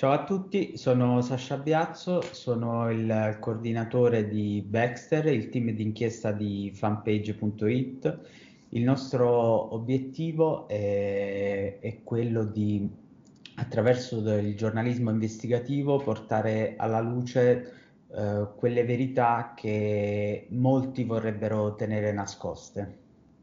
Ciao a tutti, sono Sasha Biazzo, sono il coordinatore di Baxter, il team d'inchiesta di fanpage.it. Il nostro obiettivo è quello di, attraverso il giornalismo investigativo, portare alla luce quelle verità che molti vorrebbero tenere nascoste.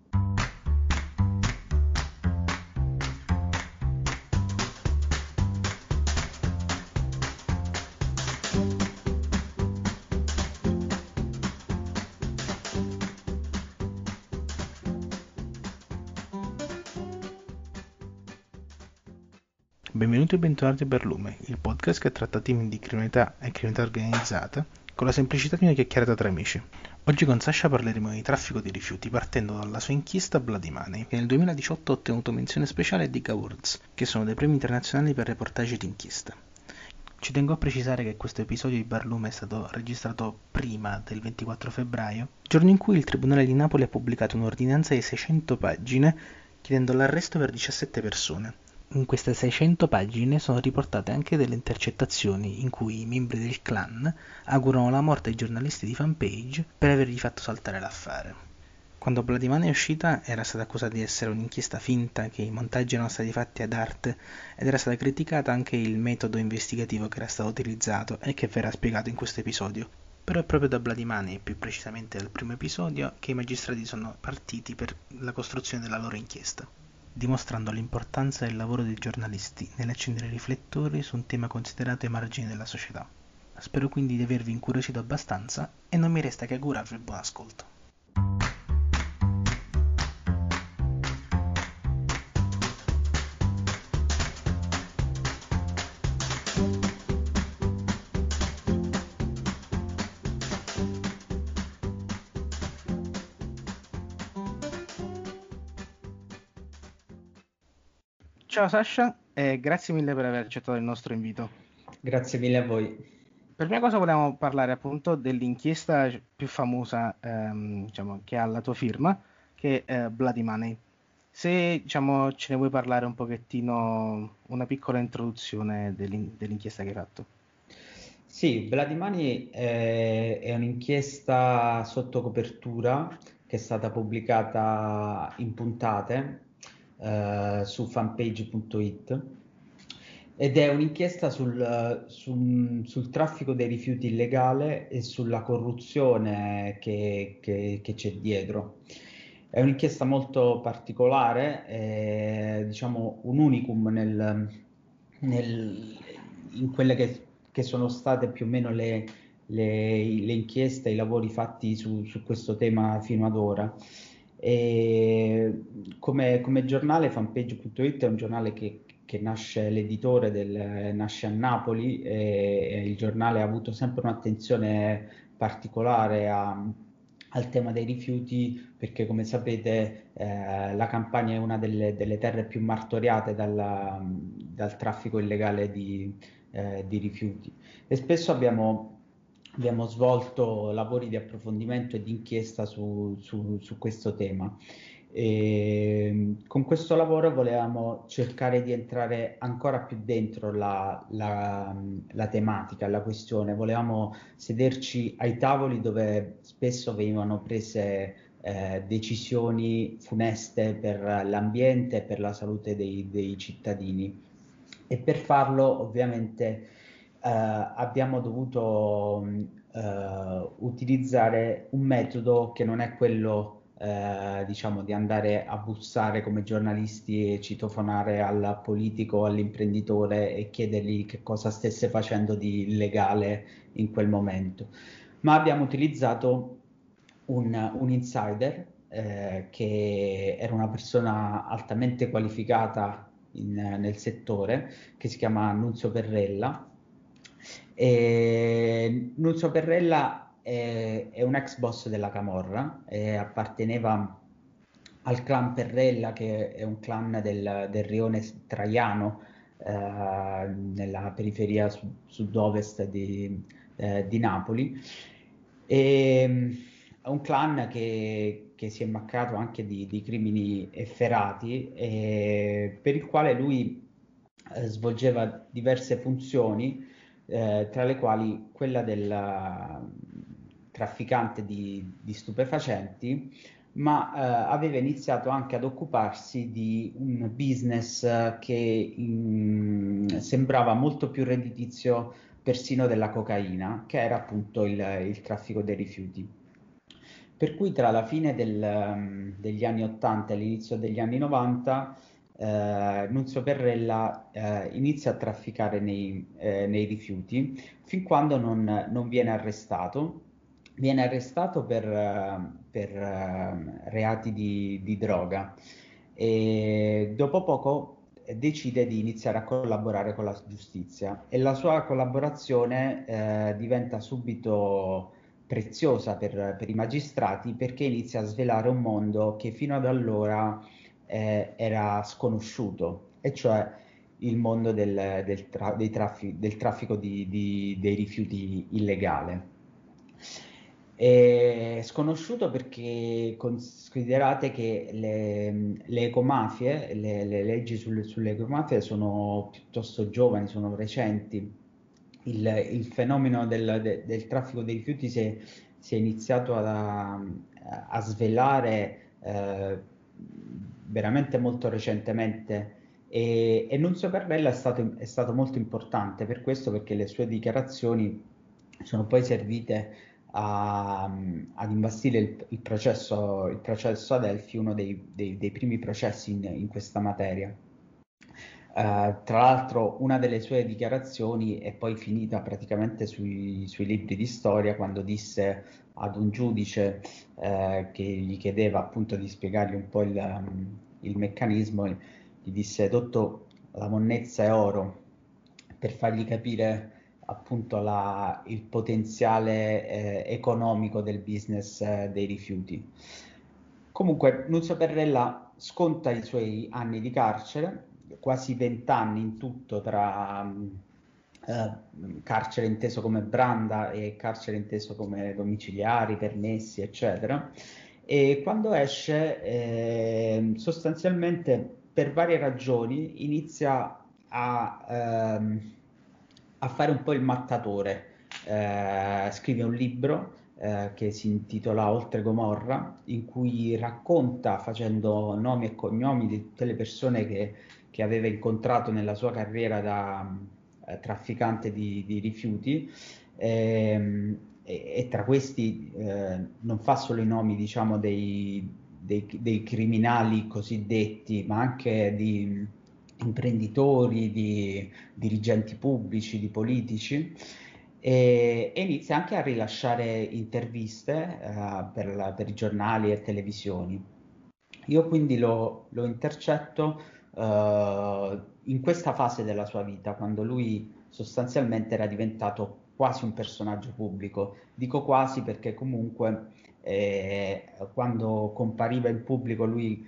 Benvenuti e bentornati a Barlume, il podcast che tratta temi di criminalità e criminalità organizzata con la semplicità di una chiacchierata tra amici. Oggi con Sasha parleremo di traffico di rifiuti partendo dalla sua inchiesta Bloody Money, che nel 2018 ha ottenuto menzione speciale ai Dig Awards, che sono dei premi internazionali per reportage d'inchiesta. Ci tengo a precisare che questo episodio di Barlume è stato registrato prima del 24 febbraio, giorno in cui il Tribunale di Napoli ha pubblicato un'ordinanza di 600 pagine chiedendo l'arresto per 17 persone. In queste 600 pagine sono riportate anche delle intercettazioni in cui i membri del clan augurano la morte ai giornalisti di Fanpage per avergli fatto saltare l'affare. Quando Bloody Money è uscita era stata accusata di essere un'inchiesta finta, che i montaggi erano stati fatti ad arte ed era stata criticata anche il metodo investigativo che era stato utilizzato e che verrà spiegato in questo episodio. Però è proprio da Bloody Money, e più precisamente dal primo episodio, che i magistrati sono partiti per la costruzione della loro inchiesta, dimostrando l'importanza del lavoro dei giornalisti nell'accendere i riflettori su un tema considerato ai margini della società. Spero quindi di avervi incuriosito abbastanza e non mi resta che augurarvi buon ascolto. Ciao Sasha e grazie mille per aver accettato il nostro invito. Grazie mille a voi. Per prima cosa volevamo parlare appunto dell'inchiesta più famosa, diciamo, che ha la tua firma, che è Bloody Money. Se diciamo, ce ne vuoi parlare un pochettino, una piccola introduzione dell'inchiesta che hai fatto. Sì, Bloody Money è un'inchiesta sotto copertura che è stata pubblicata in puntate su fanpage.it ed è un'inchiesta sul traffico dei rifiuti illegale e sulla corruzione che c'è dietro. È un'inchiesta molto particolare, è, diciamo un unicum nel- in quelle che sono state più o meno le inchieste, i lavori fatti su questo tema fino ad ora. E come giornale, fanpage.it è un giornale che nasce, l'editore nasce a Napoli e il giornale ha avuto sempre un'attenzione particolare al tema dei rifiuti perché come sapete la Campania è una delle terre più martoriate dal traffico illegale di rifiuti e spesso abbiamo svolto lavori di approfondimento e di inchiesta su questo tema. E con questo lavoro volevamo cercare di entrare ancora più dentro la tematica, la questione. Volevamo sederci ai tavoli dove spesso venivano prese decisioni funeste per l'ambiente e per la salute dei cittadini. E per farlo, ovviamente, abbiamo dovuto utilizzare un metodo che non è quello, diciamo, di andare a bussare come giornalisti e citofonare al politico o all'imprenditore e chiedergli che cosa stesse facendo di illegale in quel momento, ma abbiamo utilizzato un insider che era una persona altamente qualificata nel settore, che si chiama Nunzio Perrella. E Nunzio Perrella è un ex boss della Camorra, e apparteneva al clan Perrella, che è un clan del rione Traiano, nella periferia sud-ovest di Napoli. È un clan che si è macchiato anche di crimini efferati, per il quale lui svolgeva diverse funzioni, tra le quali quella del trafficante di stupefacenti, ma aveva iniziato anche ad occuparsi di un business che sembrava molto più redditizio persino della cocaina, che era appunto il traffico dei rifiuti. Per cui tra la fine degli anni 80 e l'inizio degli anni 90, Nunzio Perrella inizia a trafficare nei rifiuti fin quando non viene arrestato. Viene arrestato per reati di droga e dopo poco decide di iniziare a collaborare con la giustizia e la sua collaborazione diventa subito preziosa per i magistrati perché inizia a svelare un mondo che fino ad allora era sconosciuto, e cioè il mondo del traffico dei rifiuti illegale. È sconosciuto perché considerate che le ecomafie, le leggi sulle ecomafie sono piuttosto giovani, sono recenti. Il fenomeno del traffico dei rifiuti si è iniziato a svelare veramente molto recentemente e Nunzio Carrella è stato molto importante per questo, perché le sue dichiarazioni sono poi servite ad imbastire il processo Adelphi, uno dei primi processi in questa materia. Tra l'altro, una delle sue dichiarazioni è poi finita praticamente sui libri di storia, quando disse ad un giudice che gli chiedeva appunto di spiegargli un po' il meccanismo, gli disse: Dottor, la monnezza è oro, per fargli capire appunto il potenziale economico del business dei rifiuti. Comunque, Nunzio Perrella sconta i suoi anni di carcere, quasi 20 anni in tutto, tra carcere inteso come branda e carcere inteso come domiciliari, permessi, eccetera. E quando esce, sostanzialmente per varie ragioni inizia a fare un po' il mattatore. Scrive un libro che si intitola Oltre Gomorra, in cui racconta, facendo nomi e cognomi di tutte le persone che aveva incontrato nella sua carriera da trafficante di rifiuti. E tra questi non fa solo i nomi, diciamo, dei criminali cosiddetti, ma anche di imprenditori, di dirigenti pubblici, di politici, e inizia anche a rilasciare interviste per i giornali e televisioni. Io quindi lo intercetto in questa fase della sua vita, quando lui sostanzialmente era diventato quasi un personaggio pubblico. Dico quasi perché comunque quando compariva in pubblico lui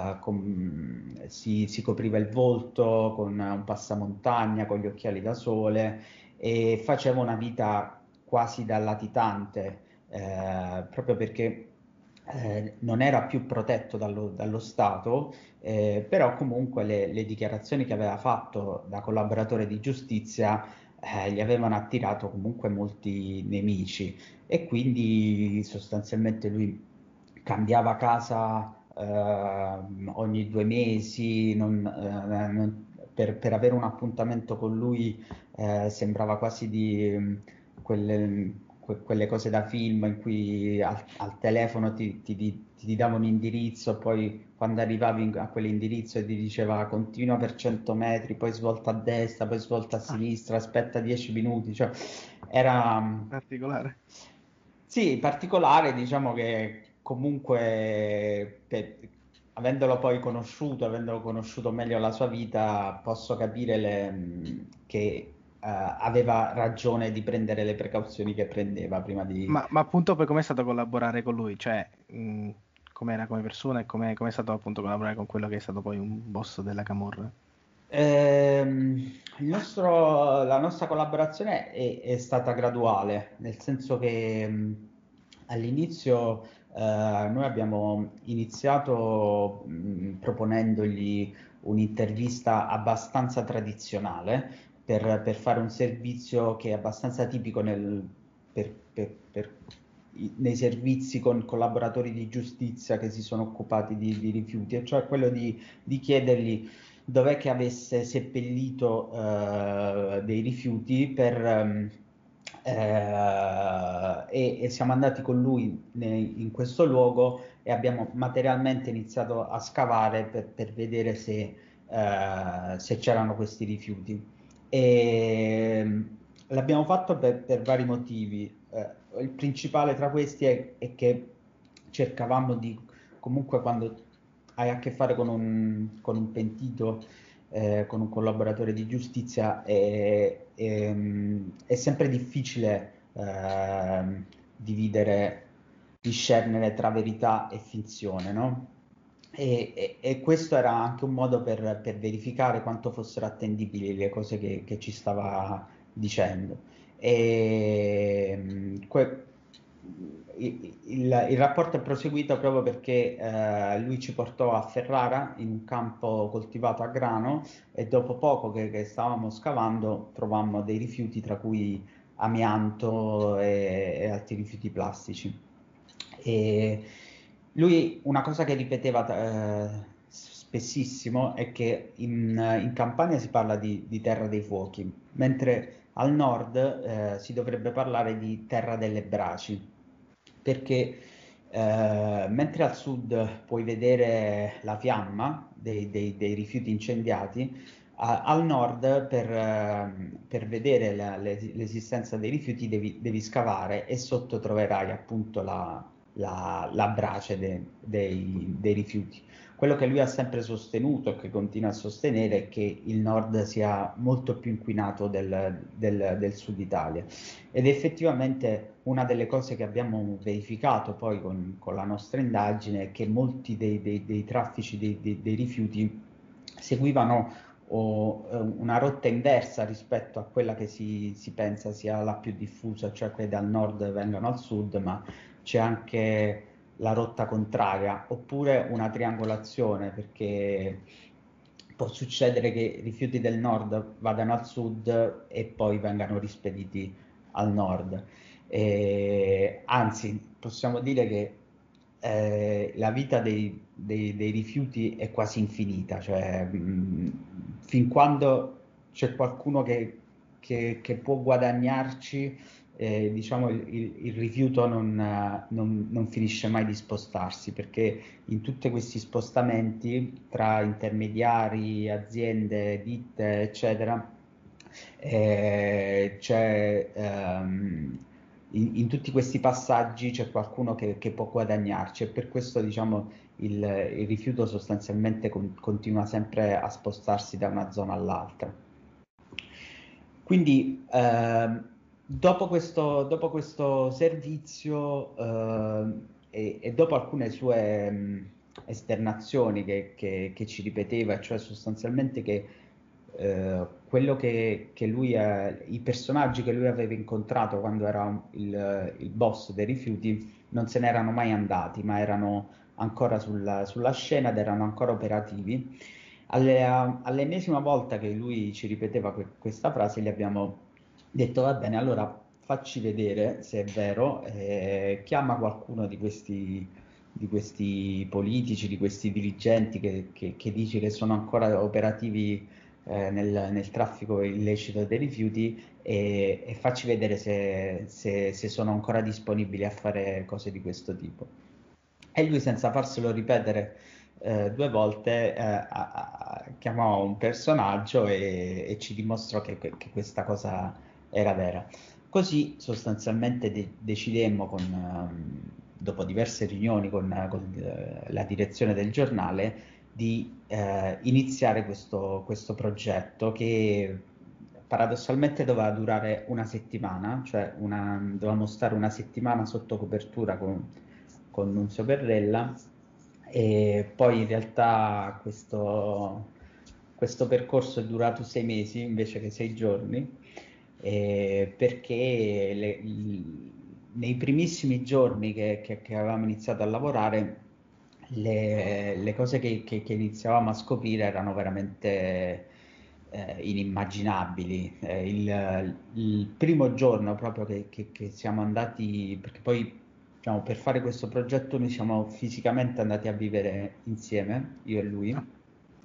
si copriva il volto con un passamontagna, con gli occhiali da sole, e faceva una vita quasi da latitante, proprio perché non era più protetto dallo Stato, però comunque le dichiarazioni che aveva fatto da collaboratore di giustizia gli avevano attirato comunque molti nemici, e quindi sostanzialmente lui cambiava casa ogni 2 mesi, per avere un appuntamento con lui sembrava quasi di quelle cose da film in cui al telefono ti dava un indirizzo, poi quando arrivavi a quell'indirizzo ti diceva continua per 100 metri, poi svolta a destra, poi svolta a Ah, sinistra, aspetta 10 minuti, cioè era. particolare. Sì, particolare, diciamo che comunque, avendolo poi conosciuto, avendolo conosciuto meglio la sua vita, posso capire che aveva ragione di prendere le precauzioni che prendeva prima di. Ma appunto poi com'è stato collaborare con lui? Cioè, com'era come persona e com'è stato appunto collaborare con quello che è stato poi un boss della Camorra? La nostra collaborazione è stata graduale, nel senso che all'inizio noi abbiamo iniziato proponendogli un'intervista abbastanza tradizionale per fare un servizio che è abbastanza tipico nei servizi con collaboratori di giustizia che si sono occupati di rifiuti, e cioè quello di chiedergli dov'è che avesse seppellito dei rifiuti e siamo andati con lui in questo luogo e abbiamo materialmente iniziato a scavare per vedere se c'erano questi rifiuti. E l'abbiamo fatto per vari motivi. Il principale tra questi è che cercavamo di, comunque quando hai a che fare con un pentito, con un collaboratore di giustizia, è sempre difficile dividere, discernere tra verità e finzione, no? E questo era anche un modo per verificare quanto fossero attendibili le cose che ci stava dicendo. E, il rapporto è proseguito proprio perché lui ci portò a Ferrara in un campo coltivato a grano, e dopo poco che stavamo scavando trovammo dei rifiuti, tra cui amianto e altri rifiuti plastici. E lui una cosa che ripeteva spessissimo è che in Campania si parla di terra dei fuochi, mentre al nord si dovrebbe parlare di terra delle braci, perché mentre al sud puoi vedere la fiamma dei rifiuti incendiati, al nord per vedere l'esistenza dei rifiuti devi scavare, e sotto troverai appunto la brace dei rifiuti. Quello che lui ha sempre sostenuto e che continua a sostenere è che il nord sia molto più inquinato del sud Italia. Ed effettivamente una delle cose che abbiamo verificato poi con la nostra indagine è che molti dei traffici dei rifiuti seguivano una rotta inversa rispetto a quella che si pensa sia la più diffusa, cioè che dal nord vengano al sud, ma c'è anche la rotta contraria, oppure una triangolazione, perché può succedere che i rifiuti del nord vadano al sud e poi vengano rispediti al nord. Anzi, possiamo dire che la vita dei rifiuti è quasi infinita, cioè fin quando c'è qualcuno che può guadagnarci, diciamo il rifiuto non finisce mai di spostarsi, perché in tutti questi spostamenti tra intermediari, aziende, ditte, eccetera, in tutti questi passaggi c'è qualcuno che può guadagnarci, e per questo diciamo il rifiuto sostanzialmente continua sempre a spostarsi da una zona all'altra. Quindi dopo questo servizio e dopo alcune sue esternazioni che ci ripeteva, cioè sostanzialmente che quello che lui i personaggi che lui aveva incontrato quando era il boss dei rifiuti non se n'erano mai andati, ma erano ancora sulla scena ed erano ancora operativi. All'ennesima volta che lui ci ripeteva questa frase, gli abbiamo detto: va bene, allora facci vedere se è vero, chiama qualcuno di questi politici, di questi dirigenti che dici che sono ancora operativi nel traffico illecito dei rifiuti, e facci vedere se sono ancora disponibili a fare cose di questo tipo. E lui, senza farselo ripetere due volte, chiamò un personaggio e ci dimostrò che questa cosa era vera. Così sostanzialmente decidemmo, dopo diverse riunioni con la direzione del giornale, di iniziare questo progetto che paradossalmente doveva durare una settimana, cioè dovevamo stare una settimana sotto copertura con Nunzio Perrella, e poi in realtà questo percorso è durato 6 mesi invece che 6 giorni, perché nei primissimi giorni che avevamo iniziato a lavorare le cose che iniziavamo a scoprire erano veramente inimmaginabili. Il primo giorno proprio che siamo andati, perché poi diciamo, per fare questo progetto noi siamo fisicamente andati a vivere insieme, io e Ah, lui.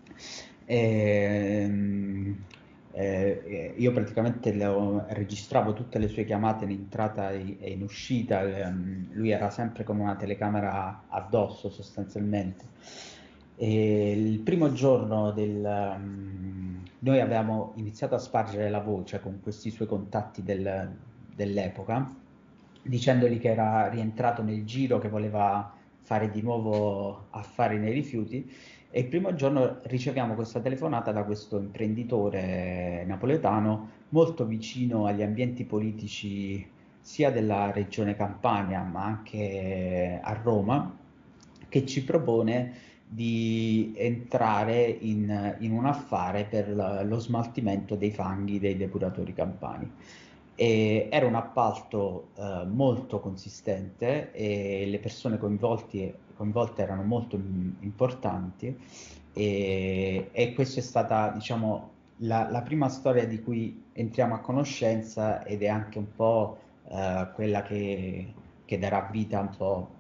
Ehm, io praticamente registravo tutte le sue chiamate in entrata e in uscita, lui era sempre con una telecamera addosso sostanzialmente. E il primo giorno noi avevamo iniziato a spargere la voce con questi suoi contatti dell'epoca, dicendogli che era rientrato nel giro, che voleva fare di nuovo affari nei rifiuti. E il primo giorno riceviamo questa telefonata da questo imprenditore napoletano molto vicino agli ambienti politici sia della regione Campania ma anche a Roma, che ci propone di entrare in un affare per lo smaltimento dei fanghi dei depuratori campani. Era un appalto molto consistente e le persone coinvolte erano molto importanti e questa è stata, diciamo, la prima storia di cui entriamo a conoscenza ed è anche un po' quella che darà vita un po'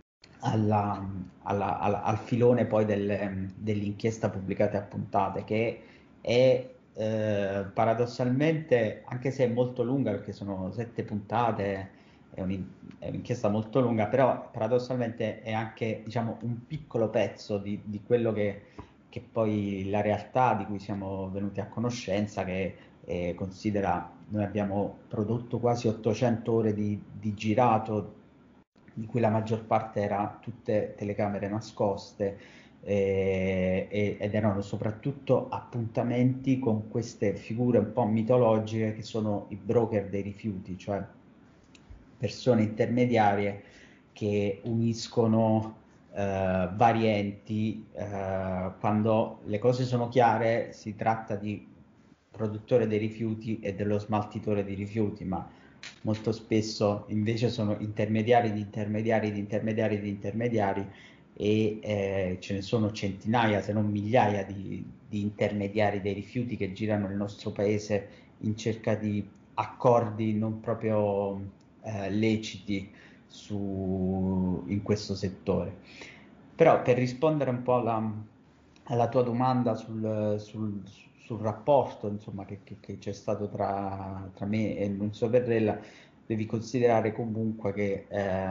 al filone poi dell'inchiesta pubblicata a puntate, che è paradossalmente, anche se è molto lunga, perché sono 7 puntate, è un'inchiesta molto lunga, però paradossalmente è anche, diciamo, un piccolo pezzo di quello che poi la realtà di cui siamo venuti a conoscenza, che considera, noi abbiamo prodotto quasi 800 ore di girato, di cui la maggior parte era tutte telecamere nascoste, ed erano soprattutto appuntamenti con queste figure un po' mitologiche che sono i broker dei rifiuti, cioè persone intermediarie che uniscono vari enti. Quando le cose sono chiare si tratta di produttore dei rifiuti e dello smaltitore di rifiuti, ma molto spesso invece sono intermediari di intermediari di intermediari di intermediari, e ce ne sono centinaia, se non migliaia di intermediari dei rifiuti che girano nel nostro paese in cerca di accordi non proprio leciti in questo settore. Però per rispondere un po' alla tua domanda sul rapporto, insomma, che c'è stato tra me e Nunzio Perrella, devi considerare comunque che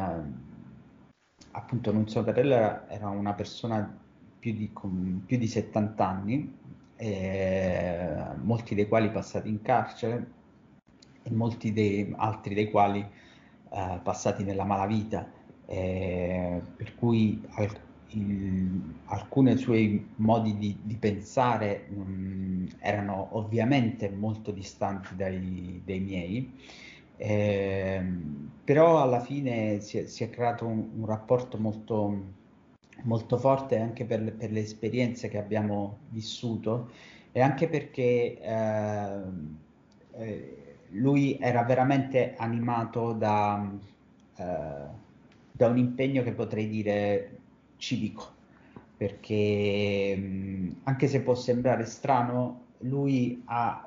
appunto Nunzio Perrella era una persona con più di 70 anni, molti dei quali passati in carcere e molti altri dei quali passati nella malavita, per cui alcuni suoi modi di pensare erano ovviamente molto distanti dai miei, però alla fine si è creato un rapporto molto forte anche per le esperienze che abbiamo vissuto, e anche perché lui era veramente animato da un impegno che potrei dire civico, perché anche se può sembrare strano, lui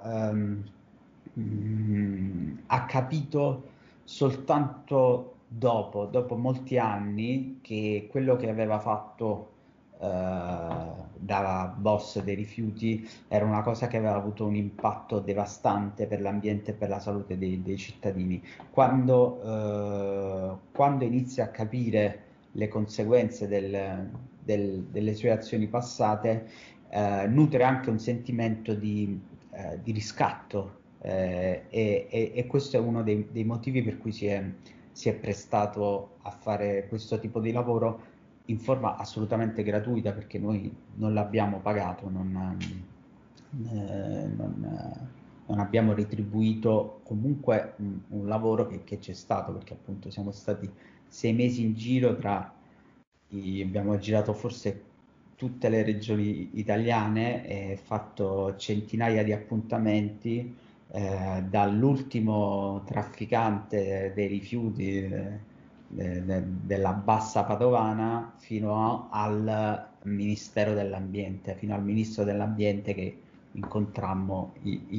ha capito soltanto dopo molti anni, che quello che aveva fatto da boss dei rifiuti era una cosa che aveva avuto un impatto devastante per l'ambiente e per la salute dei cittadini. Quando inizia a capire le conseguenze delle sue azioni passate, nutre anche un sentimento di riscatto, e questo è uno dei motivi per cui si è prestato a fare questo tipo di lavoro in forma assolutamente gratuita, perché noi non l'abbiamo pagato, non abbiamo retribuito comunque un lavoro che c'è stato, perché appunto siamo stati 6 mesi in giro, abbiamo girato forse tutte le regioni italiane e fatto centinaia di appuntamenti, dall'ultimo trafficante dei rifiuti, della bassa padovana fino al Ministero dell'Ambiente, fino al Ministro dell'Ambiente che incontrammo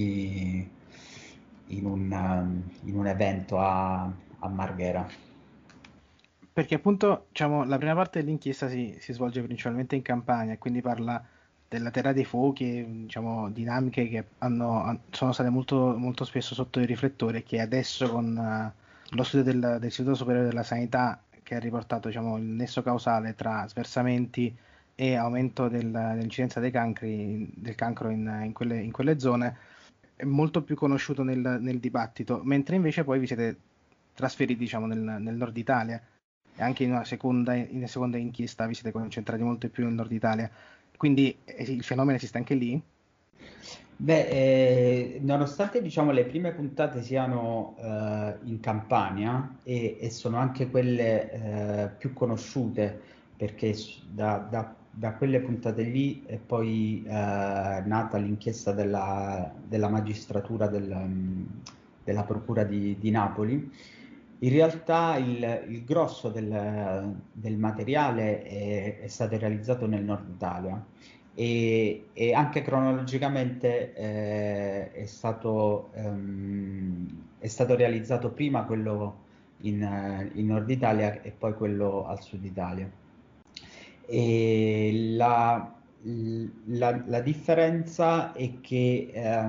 in un evento a Marghera. Perché appunto, diciamo, la prima parte dell'inchiesta si svolge principalmente in Campania, e quindi parla della Terra dei Fuochi, e, diciamo, dinamiche che sono state molto, molto spesso sotto i riflettori e che adesso con lo studio dell'Istituto Superiore della Sanità, che ha riportato, diciamo, il nesso causale tra sversamenti e aumento dell'incidenza del cancro in quelle zone, è molto più conosciuto nel dibattito, mentre invece poi vi siete trasferiti, diciamo, nel nord Italia e anche in una seconda inchiesta vi siete concentrati molto più nel nord Italia. Quindi il fenomeno esiste anche lì? Beh, nonostante diciamo le prime puntate siano in Campania e sono anche quelle più conosciute, perché da quelle puntate lì è poi nata l'inchiesta della magistratura della Procura di Napoli. In realtà il grosso del materiale è stato realizzato nel nord Italia e anche cronologicamente è stato realizzato prima quello in Nord Italia e poi quello al Sud Italia. E la differenza è che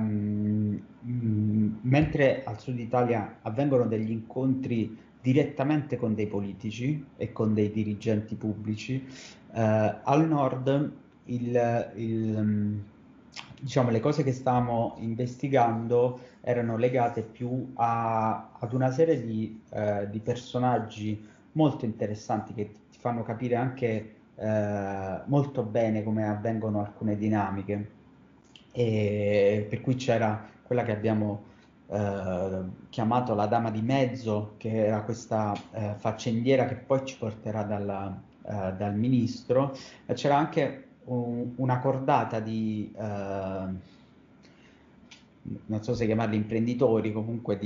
mentre al Sud Italia avvengono degli incontri direttamente con dei politici e con dei dirigenti pubblici, al Nord diciamo, le cose che stavamo investigando erano legate più ad una serie di personaggi molto interessanti che ti fanno capire anche molto bene come avvengono alcune dinamiche. E per cui c'era quella che abbiamo chiamato la dama di mezzo, che era questa faccendiera che poi ci porterà dal ministro. E c'era anche una cordata non so se chiamarli imprenditori, comunque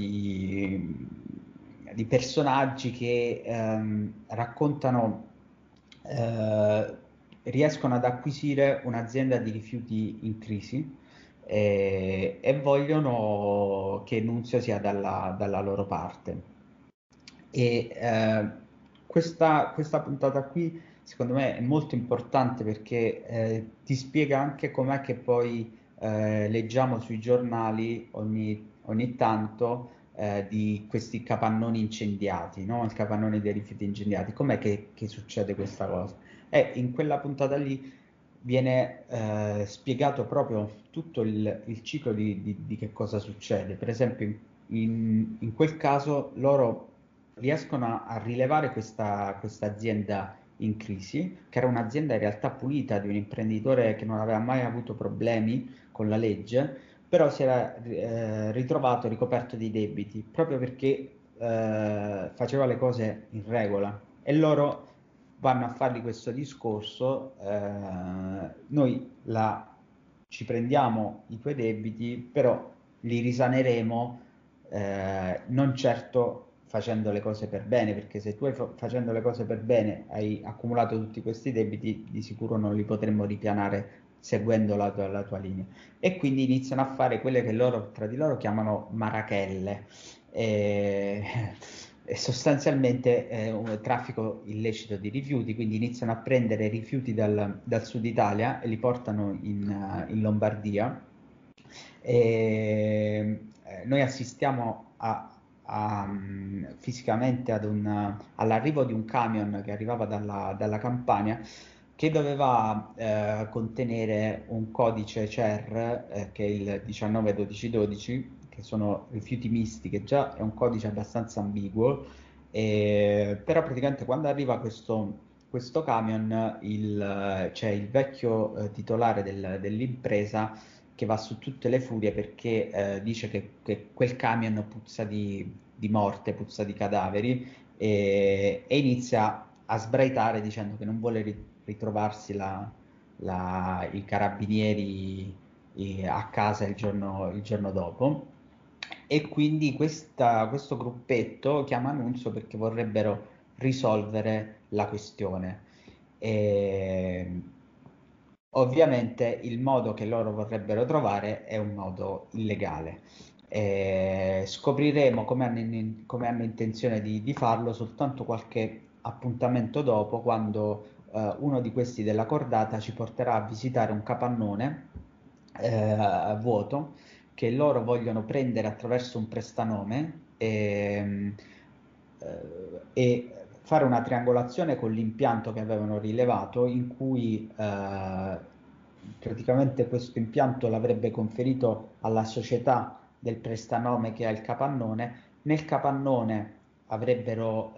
di personaggi che raccontano, eh, riescono ad acquisire un'azienda di rifiuti in crisi e vogliono che Nunzio sia dalla loro parte. E questa puntata qui, secondo me, è molto importante perché ti spiega anche com'è che poi leggiamo sui giornali ogni tanto di questi capannoni incendiati, no? Il capannone dei rifiuti incendiati. Com'è che succede questa cosa? E in quella puntata lì viene spiegato proprio tutto il ciclo di che cosa succede. Per esempio, in quel caso loro riescono a rilevare questa azienda in crisi, che era un'azienda in realtà pulita di un imprenditore che non aveva mai avuto problemi con la legge, però si era ritrovato ricoperto di debiti proprio perché faceva le cose in regola e loro vanno a fargli questo discorso, noi ci prendiamo i tuoi debiti, però li risaneremo non certo facendo le cose per bene, perché se tu facendo le cose per bene hai accumulato tutti questi debiti, di sicuro non li potremmo ripianare seguendo la tua linea. E quindi iniziano a fare quelle che loro tra di loro chiamano marachelle. E, e sostanzialmente un traffico illecito di rifiuti, quindi iniziano a prendere rifiuti dal sud Italia e li portano in Lombardia. E, noi assistiamo fisicamente all'arrivo di un camion che arrivava dalla Campania che doveva contenere un codice CER che è il 191212, che sono rifiuti misti, che già è un codice abbastanza ambiguo, però praticamente quando arriva questo camion c'è il vecchio titolare dell'impresa che va su tutte le furie perché dice che quel camion puzza di morte, puzza di cadaveri e inizia a sbraitare dicendo che non vuole ritrovarsi i carabinieri a casa il giorno dopo. E quindi questo gruppetto chiama Nunzio perché vorrebbero risolvere la questione. E, ovviamente il modo che loro vorrebbero trovare è un modo illegale. Scopriremo come hanno intenzione di farlo soltanto qualche appuntamento dopo, quando uno di questi della cordata ci porterà a visitare un capannone vuoto che loro vogliono prendere attraverso un prestanome e fare una triangolazione con l'impianto che avevano rilevato, in cui praticamente questo impianto l'avrebbe conferito alla società del prestanome che ha il capannone. Nel capannone avrebbero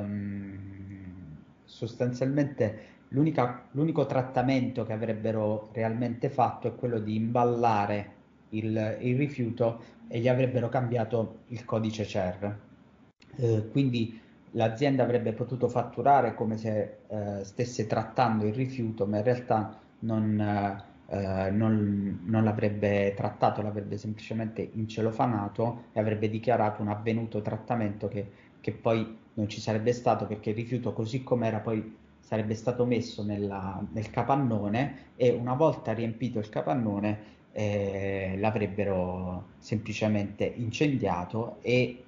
sostanzialmente l'unico trattamento che avrebbero realmente fatto è quello di imballare il rifiuto e gli avrebbero cambiato il codice CER. Quindi l'azienda avrebbe potuto fatturare come se stesse trattando il rifiuto, ma in realtà non l'avrebbe trattato, l'avrebbe semplicemente incelofanato e avrebbe dichiarato un avvenuto trattamento che poi non ci sarebbe stato, perché il rifiuto così com'era poi sarebbe stato messo nel capannone, e una volta riempito il capannone l'avrebbero semplicemente incendiato e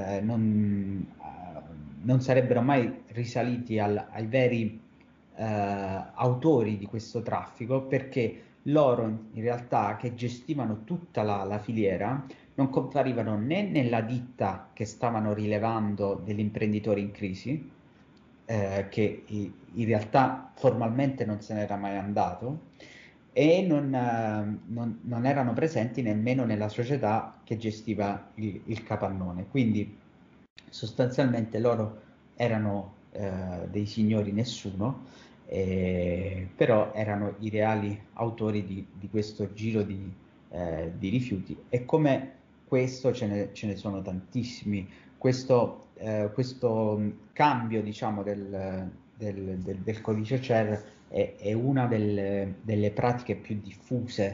non sarebbero mai risaliti ai veri autori di questo traffico, perché loro in realtà, che gestivano tutta la filiera, non comparivano né nella ditta che stavano rilevando degli imprenditori in crisi, che in realtà formalmente non se n'era mai andato, e non erano presenti nemmeno nella società che gestiva il capannone. Quindi sostanzialmente loro erano dei signori nessuno, però erano i reali autori di questo giro di rifiuti, e come questo ce ne sono tantissimi. Questo cambio, diciamo, del codice CER è una delle pratiche più diffuse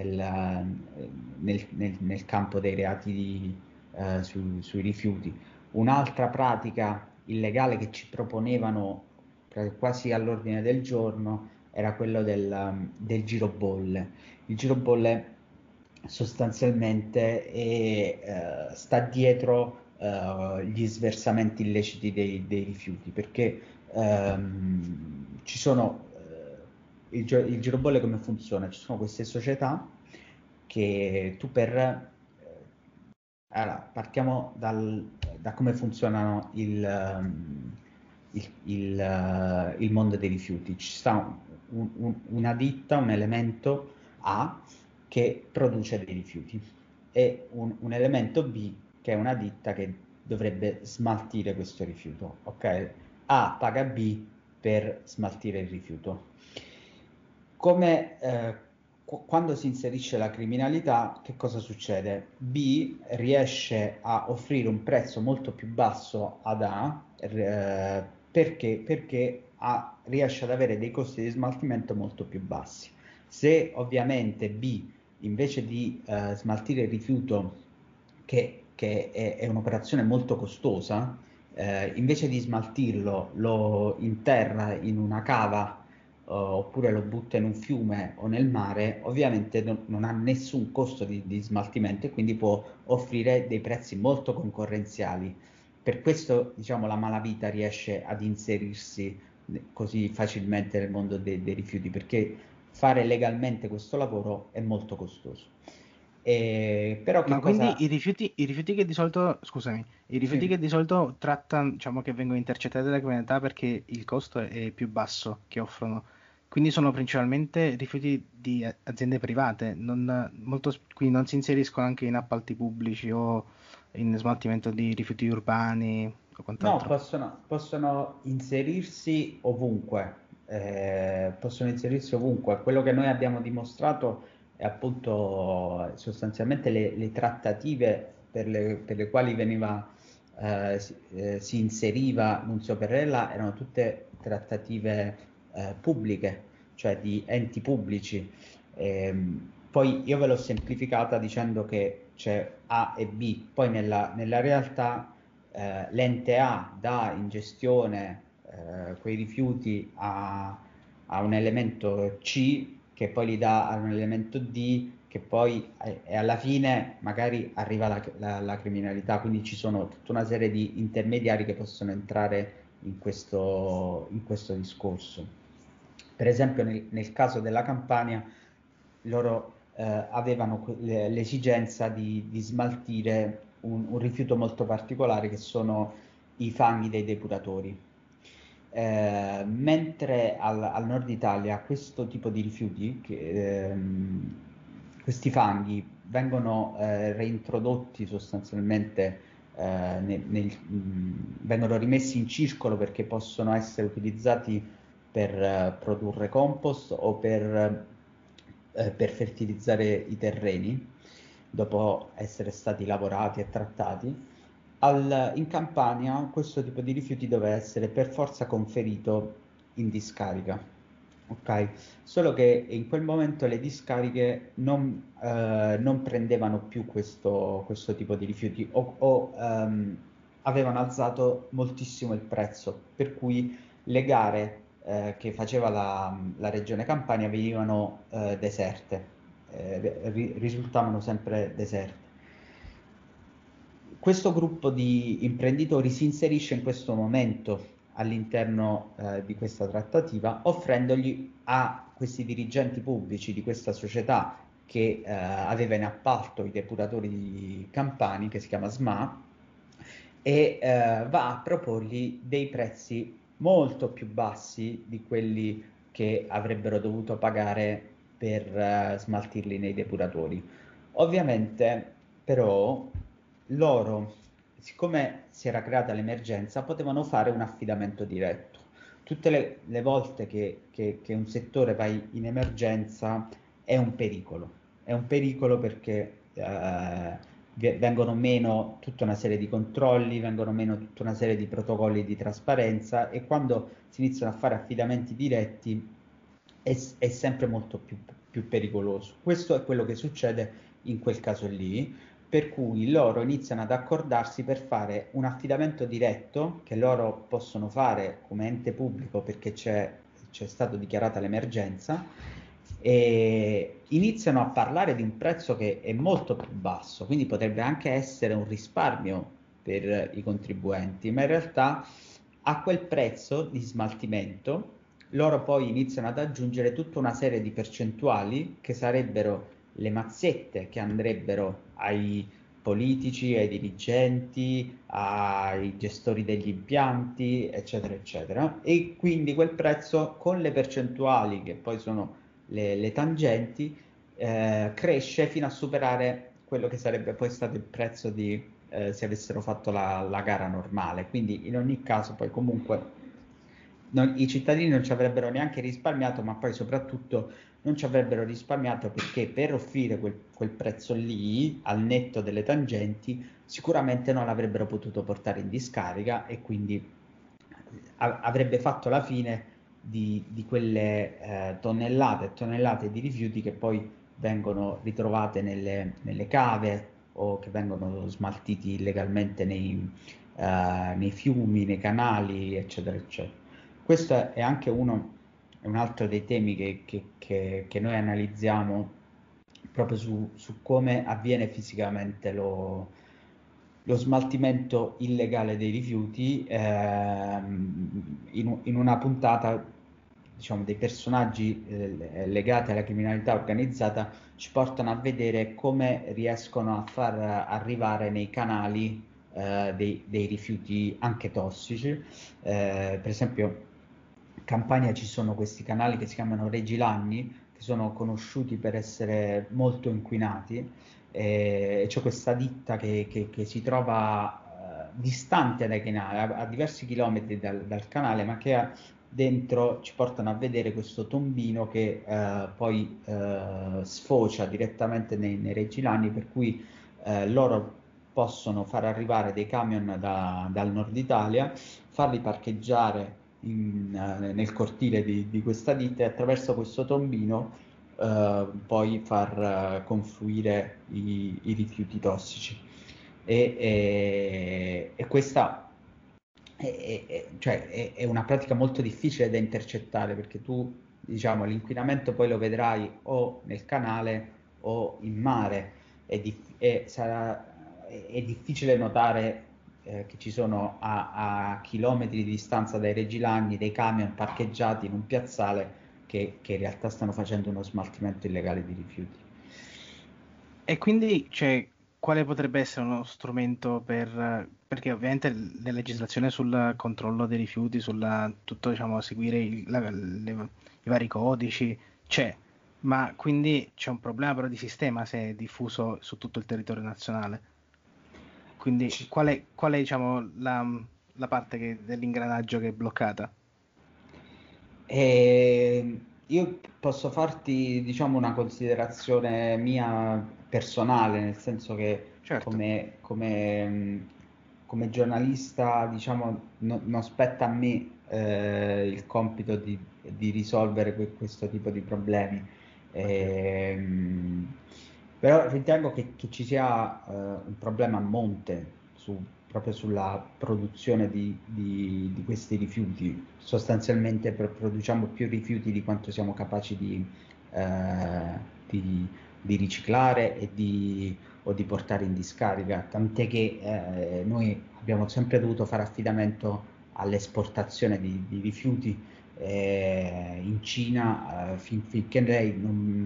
nel campo dei reati sui rifiuti. Un'altra pratica illegale che ci proponevano quasi all'ordine del giorno era quello del girobolle. Il girobolle sostanzialmente sta dietro gli sversamenti illeciti dei rifiuti, perché ci sono il girobolle come funziona? Ci sono queste società che tu allora, partiamo da come funzionano il mondo dei rifiuti. Ci sta una ditta, un elemento A che produce dei rifiuti, e un elemento B che è una ditta che dovrebbe smaltire questo rifiuto. Ok? A paga B per smaltire il rifiuto. Quando si inserisce la criminalità, che cosa succede? B riesce a offrire un prezzo molto più basso ad A, perché A riesce ad avere dei costi di smaltimento molto più bassi. Se ovviamente B, invece di smaltire il rifiuto, che è un'operazione molto costosa, invece di smaltirlo lo interra in una cava, oppure lo butta in un fiume o nel mare, ovviamente non ha nessun costo di smaltimento, e quindi può offrire dei prezzi molto concorrenziali. Per questo, diciamo, la malavita riesce ad inserirsi così facilmente nel mondo dei rifiuti, perché fare legalmente questo lavoro è molto costoso. Però che Ma quindi cosa... i rifiuti che di solito, scusami, i rifiuti Sì. che di solito trattano, diciamo che vengono intercettati dalla criminalità perché il costo è più basso che offrono, quindi sono principalmente rifiuti di aziende private, quindi non si inseriscono anche in appalti pubblici o in smaltimento di rifiuti urbani o No, quant'altro. possono inserirsi ovunque, possono inserirsi ovunque. Quello che noi abbiamo dimostrato è appunto sostanzialmente le trattative per le quali si inseriva Nunzio Perrella, erano tutte trattative pubbliche, cioè di enti pubblici. Poi io ve l'ho semplificata dicendo che c'è A e B, poi nella realtà l'ente A dà in gestione quei rifiuti a un elemento C, che poi li dà a un elemento D, che poi e alla fine magari arriva la criminalità, quindi ci sono tutta una serie di intermediari che possono entrare in questo discorso. Per esempio nel caso della Campania, loro avevano l'esigenza di smaltire un rifiuto molto particolare, che sono i fanghi dei depuratori. Mentre al nord Italia questo tipo di rifiuti, questi fanghi vengono reintrodotti sostanzialmente, vengono rimessi in circolo perché possono essere utilizzati per produrre compost o per fertilizzare i terreni dopo essere stati lavorati e trattati. In Campania questo tipo di rifiuti doveva essere per forza conferito in discarica, ok? Solo che in quel momento le discariche non prendevano più questo tipo di rifiuti o avevano alzato moltissimo il prezzo, per cui le gare che faceva la regione Campania venivano deserte, risultavano sempre deserte. Questo gruppo di imprenditori si inserisce in questo momento all'interno di questa trattativa, offrendogli a questi dirigenti pubblici di questa società che aveva in appalto i depuratori campani, che si chiama SMA, e va a proporgli dei prezzi molto più bassi di quelli che avrebbero dovuto pagare per smaltirli nei depuratori. Ovviamente, però, loro, siccome si era creata l'emergenza, potevano fare un affidamento diretto. Tutte le volte che un settore va in emergenza è un pericolo perché vengono meno tutta una serie di controlli, vengono meno tutta una serie di protocolli di trasparenza, e quando si iniziano a fare affidamenti diretti è sempre molto più pericoloso. Questo è quello che succede in quel caso lì, per cui loro iniziano ad accordarsi per fare un affidamento diretto che loro possono fare come ente pubblico perché c'è stata dichiarata l'emergenza, e iniziano a parlare di un prezzo che è molto più basso, quindi potrebbe anche essere un risparmio per i contribuenti, ma in realtà a quel prezzo di smaltimento loro poi iniziano ad aggiungere tutta una serie di percentuali che sarebbero le mazzette che andrebbero ai politici, ai dirigenti, ai gestori degli impianti, eccetera, eccetera. E quindi quel prezzo con le percentuali, che poi sono le tangenti, cresce fino a superare quello che sarebbe poi stato il prezzo se avessero fatto la gara normale. Quindi in ogni caso poi comunque i cittadini non ci avrebbero neanche risparmiato, ma poi soprattutto non ci avrebbero risparmiato perché per offrire quel prezzo lì, al netto delle tangenti, sicuramente non l'avrebbero potuto portare in discarica, e quindi avrebbe fatto la fine di quelle tonnellate e tonnellate di rifiuti che poi vengono ritrovate nelle cave o che vengono smaltiti illegalmente nei fiumi, nei canali, eccetera, eccetera. Questo è anche un altro dei temi che noi analizziamo proprio su come avviene fisicamente lo smaltimento illegale dei rifiuti. In una puntata, diciamo, dei personaggi legati alla criminalità organizzata ci portano a vedere come riescono a far arrivare nei canali dei rifiuti anche tossici. Per esempio, in Campania ci sono questi canali che si chiamano Regilagni, che sono conosciuti per essere molto inquinati, e c'è questa ditta che si trova distante dai canali, a diversi chilometri dal canale, ma che dentro ci portano a vedere questo tombino che poi sfocia direttamente nei Regilagni, per cui loro possono far arrivare dei camion dal nord Italia, farli parcheggiare nel cortile di questa ditta, e attraverso questo tombino poi far confluire i rifiuti tossici. E questa è una pratica molto difficile da intercettare, perché tu, diciamo, l'inquinamento poi lo vedrai o nel canale o in mare. È difficile notare che ci sono a chilometri di distanza dai regilagni dei camion parcheggiati in un piazzale che in realtà stanno facendo uno smaltimento illegale di rifiuti. E quindi, cioè, quale potrebbe essere uno strumento perché ovviamente la legislazione sul controllo dei rifiuti, sulla tutto, diciamo, seguire i vari codici c'è, ma quindi c'è un problema però di sistema se è diffuso su tutto il territorio nazionale. Quindi qual è, diciamo, la parte dell'ingranaggio che è bloccata? Io posso farti, diciamo, una considerazione mia personale, nel senso che Certo. come giornalista, diciamo, non spetta a me il compito di risolvere questo tipo di problemi. Ehm, Però ritengo che ci sia un problema a monte proprio sulla produzione di questi rifiuti. Sostanzialmente produciamo più rifiuti di quanto siamo capaci eh, di- di riciclare o di portare in discarica, tant'è che noi abbiamo sempre dovuto fare affidamento all'esportazione di rifiuti in Cina, finché lei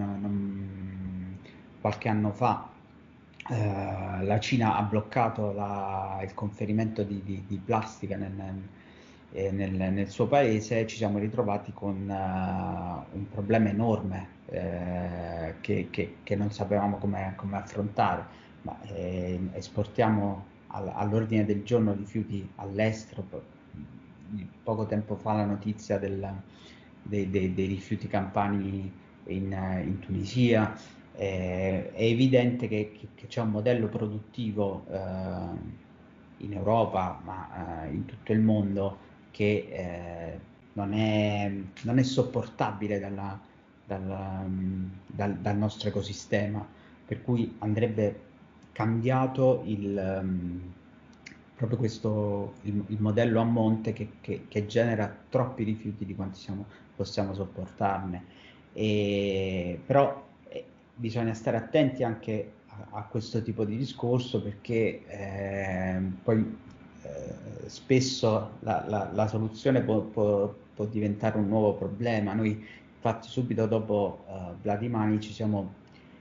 qualche anno fa la Cina ha bloccato il conferimento di plastica nel suo paese. Ci siamo ritrovati con un problema enorme che non sapevamo come affrontare. Ma esportiamo all'ordine del giorno rifiuti all'estero. Poco tempo fa la notizia dei rifiuti campani in Tunisia. È evidente che c'è un modello produttivo in Europa, ma in tutto il mondo, che non è sopportabile dal nostro ecosistema, per cui andrebbe cambiato proprio il modello a monte che genera troppi rifiuti di quanti possiamo sopportarne. Però bisogna stare attenti anche a questo tipo di discorso, perché poi spesso la soluzione può diventare un nuovo problema. Noi infatti subito dopo Vladimir ci siamo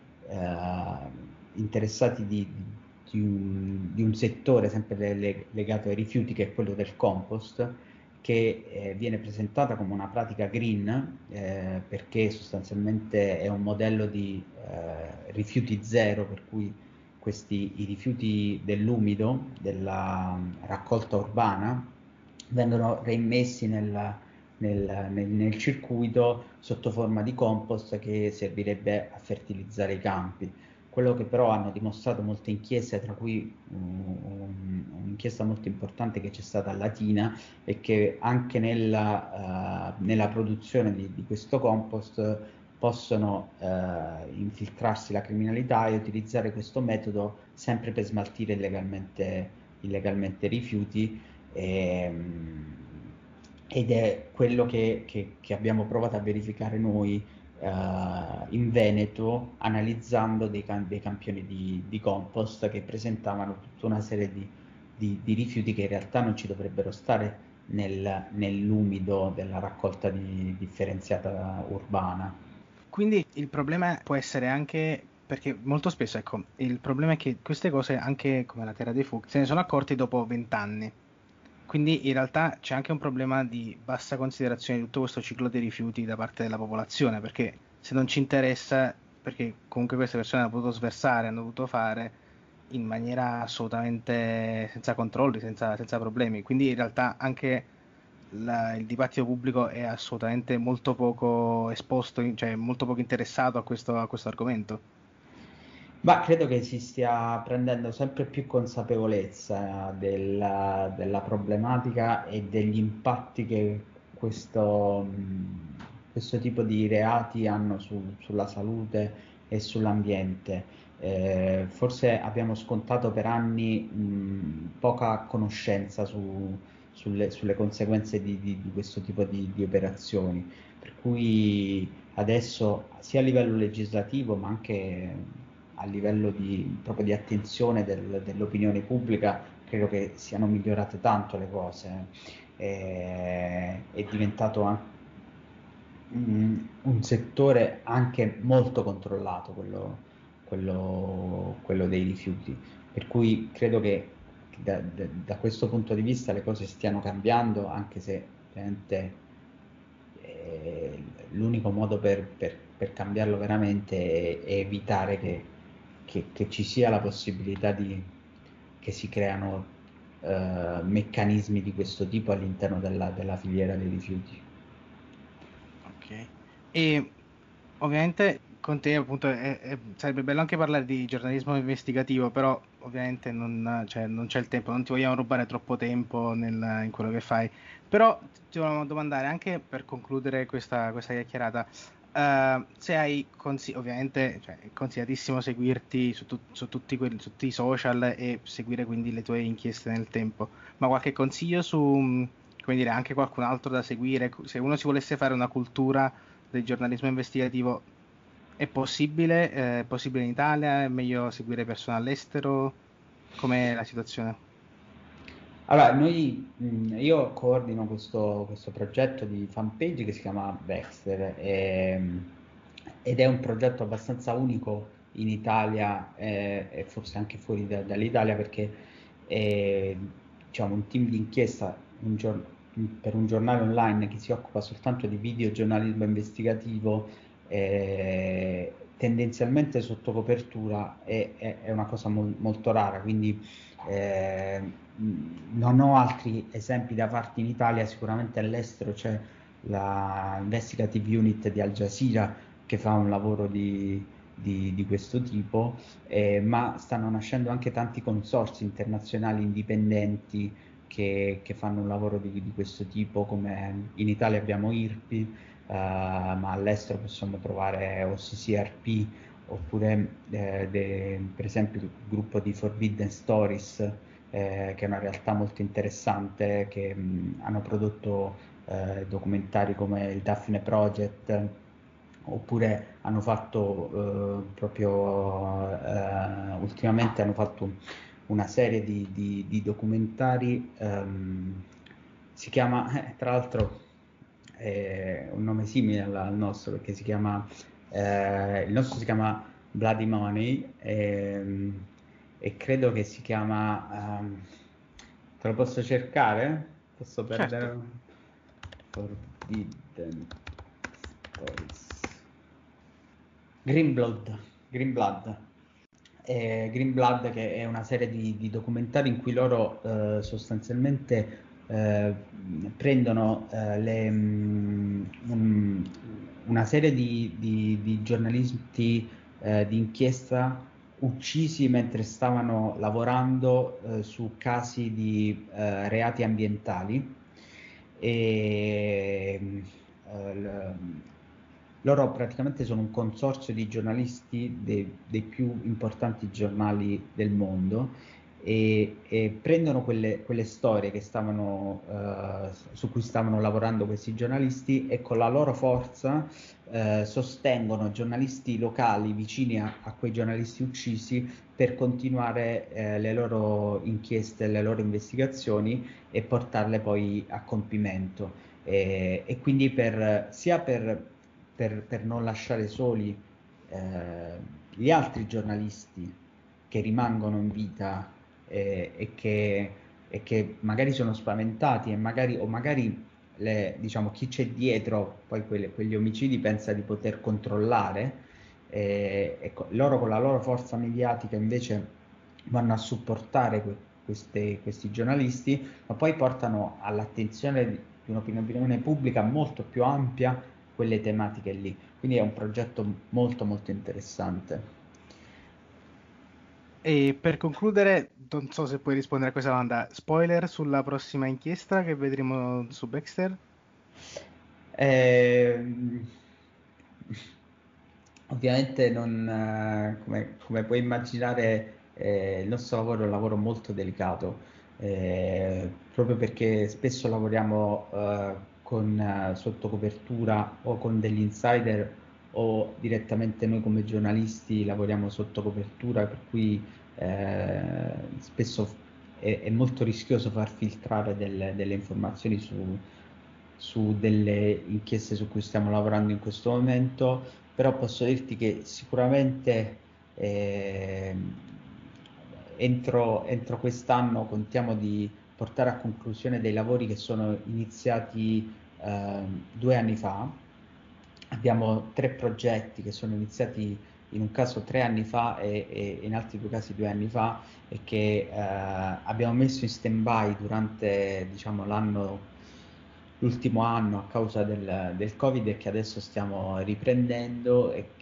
interessati di un settore sempre legato ai rifiuti, che è quello del compost, che viene presentata come una pratica green, perché sostanzialmente è un modello di rifiuti zero, per cui i rifiuti dell'umido, della raccolta urbana, vengono reimmessi nel circuito sotto forma di compost, che servirebbe a fertilizzare i campi. Quello che però hanno dimostrato molte inchieste, tra cui un'inchiesta molto importante che c'è stata a Latina, è che anche nella produzione di questo compost possono infiltrarsi la criminalità e utilizzare questo metodo sempre per smaltire illegalmente rifiuti. Ed è quello che abbiamo provato a verificare noi in Veneto, analizzando dei campioni di compost che presentavano tutta una serie di rifiuti che in realtà non ci dovrebbero stare nell'umido della raccolta differenziata urbana. Quindi il problema può essere anche perché molto spesso, ecco, il problema è che queste cose, anche come la Terra dei Fuochi, se ne sono accorti dopo 20 anni. Quindi in realtà c'è anche un problema di bassa considerazione di tutto questo ciclo dei rifiuti da parte della popolazione, perché se non ci interessa, perché comunque queste persone hanno potuto sversare, hanno dovuto fare in maniera assolutamente senza controlli, senza problemi. Quindi in realtà anche il dibattito pubblico è assolutamente molto poco esposto, cioè molto poco interessato a questo argomento. Ma credo che si stia prendendo sempre più consapevolezza della problematica e degli impatti che questo tipo di reati hanno sulla salute e sull'ambiente. Forse abbiamo scontato per anni poca conoscenza sulle conseguenze di questo tipo di operazioni, per cui adesso sia a livello legislativo ma anche a livello proprio di attenzione dell'opinione pubblica credo che siano migliorate tanto le cose. È diventato un settore anche molto controllato, quello dei rifiuti. Per cui credo che da questo punto di vista le cose stiano cambiando, anche se ovviamente l'unico modo per cambiarlo veramente è evitare che ci sia la possibilità che si creano meccanismi di questo tipo all'interno della filiera dei rifiuti. Ok. E ovviamente con te appunto sarebbe bello anche parlare di giornalismo investigativo, però ovviamente cioè, non c'è il tempo, non ti vogliamo rubare troppo tempo in quello che fai. Però ti volevamo domandare anche per concludere questa chiacchierata, se hai ovviamente cioè, è consigliatissimo seguirti su tutti i social e seguire quindi le tue inchieste nel tempo, ma qualche consiglio come dire, anche qualcun altro da seguire? Se uno si volesse fare una cultura del giornalismo investigativo, è possibile? È possibile in Italia? È meglio seguire persone all'estero? Com'è la situazione? Allora, io coordino questo progetto di fanpage che si chiama Baxter ed è un progetto abbastanza unico in Italia e forse anche fuori dall'Italia perché è diciamo, un team di inchiesta per un giornale online che si occupa soltanto di videogiornalismo investigativo, tendenzialmente sotto copertura è una cosa molto rara, quindi eh, non ho altri esempi da farti in Italia, sicuramente all'estero c'è la Investigative Unit di Al Jazeera che fa un lavoro di questo tipo, ma stanno nascendo anche tanti consorzi internazionali indipendenti che fanno un lavoro di questo tipo, come in Italia abbiamo IRPI, ma all'estero possiamo trovare OCCRP oppure per esempio il gruppo di Forbidden Stories, che è una realtà molto interessante, che hanno prodotto documentari come il Daphne Project, oppure hanno fatto proprio ultimamente hanno fatto una serie di documentari, si chiama, tra l'altro un nome simile al nostro perché il nostro si chiama Bloody Money e credo che si chiama, te lo posso cercare? Posso Certo. perdere Forbidden Stories. Green Blood. Green Blood che è una serie di documentari in cui loro sostanzialmente prendono una serie di giornalisti di inchiesta uccisi mentre stavano lavorando su casi di reati ambientali e loro praticamente sono un consorzio di giornalisti dei più importanti giornali del mondo e prendono quelle storie su cui stavano lavorando questi giornalisti e con la loro forza sostengono giornalisti locali vicini a quei giornalisti uccisi per continuare le loro inchieste, le loro investigazioni e portarle poi a compimento. E quindi sia per non lasciare soli gli altri giornalisti che rimangono in vita e che magari sono spaventati o magari diciamo, chi c'è dietro poi quegli omicidi pensa di poter controllare, loro con la loro forza mediatica invece vanno a supportare questi giornalisti, ma poi portano all'attenzione di un'opinione pubblica molto più ampia quelle tematiche lì. Quindi è un progetto molto molto interessante. E per concludere, non so se puoi rispondere a questa domanda, spoiler sulla prossima inchiesta che vedremo su Baxter? Ehm, Ovviamente non, come puoi immaginare, il nostro lavoro è un lavoro molto delicato, proprio perché spesso lavoriamo sotto copertura o con degli insider o direttamente noi come giornalisti lavoriamo sotto copertura, per cui spesso è molto rischioso far filtrare delle informazioni su delle inchieste su cui stiamo lavorando in questo momento, però posso dirti che sicuramente entro quest'anno contiamo di portare a conclusione dei lavori che sono iniziati 2 anni fa. Abbiamo 3 progetti che sono iniziati in un caso 3 anni fa e in altri 2 casi 2 anni fa, e che abbiamo messo in stand-by durante, diciamo, l'ultimo anno a causa del Covid, e che adesso stiamo riprendendo e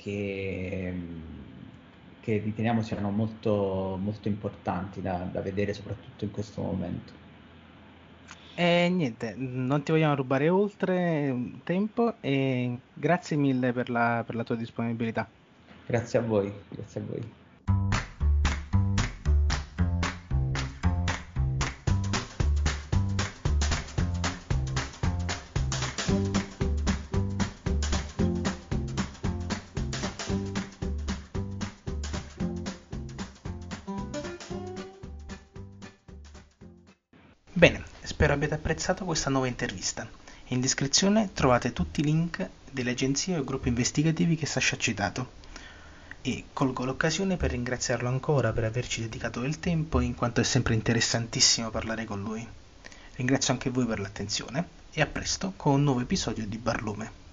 che riteniamo siano molto, molto importanti da vedere soprattutto in questo momento. E niente, non ti vogliamo rubare oltre tempo e grazie mille per la tua disponibilità. Grazie a voi, grazie a voi. Bene, spero abbiate apprezzato questa nuova intervista. In descrizione trovate tutti i link delle agenzie o gruppi investigativi che Sasha ha citato. E colgo l'occasione per ringraziarlo ancora per averci dedicato del tempo, in quanto è sempre interessantissimo parlare con lui. Ringrazio anche voi per l'attenzione e a presto con un nuovo episodio di Barlume.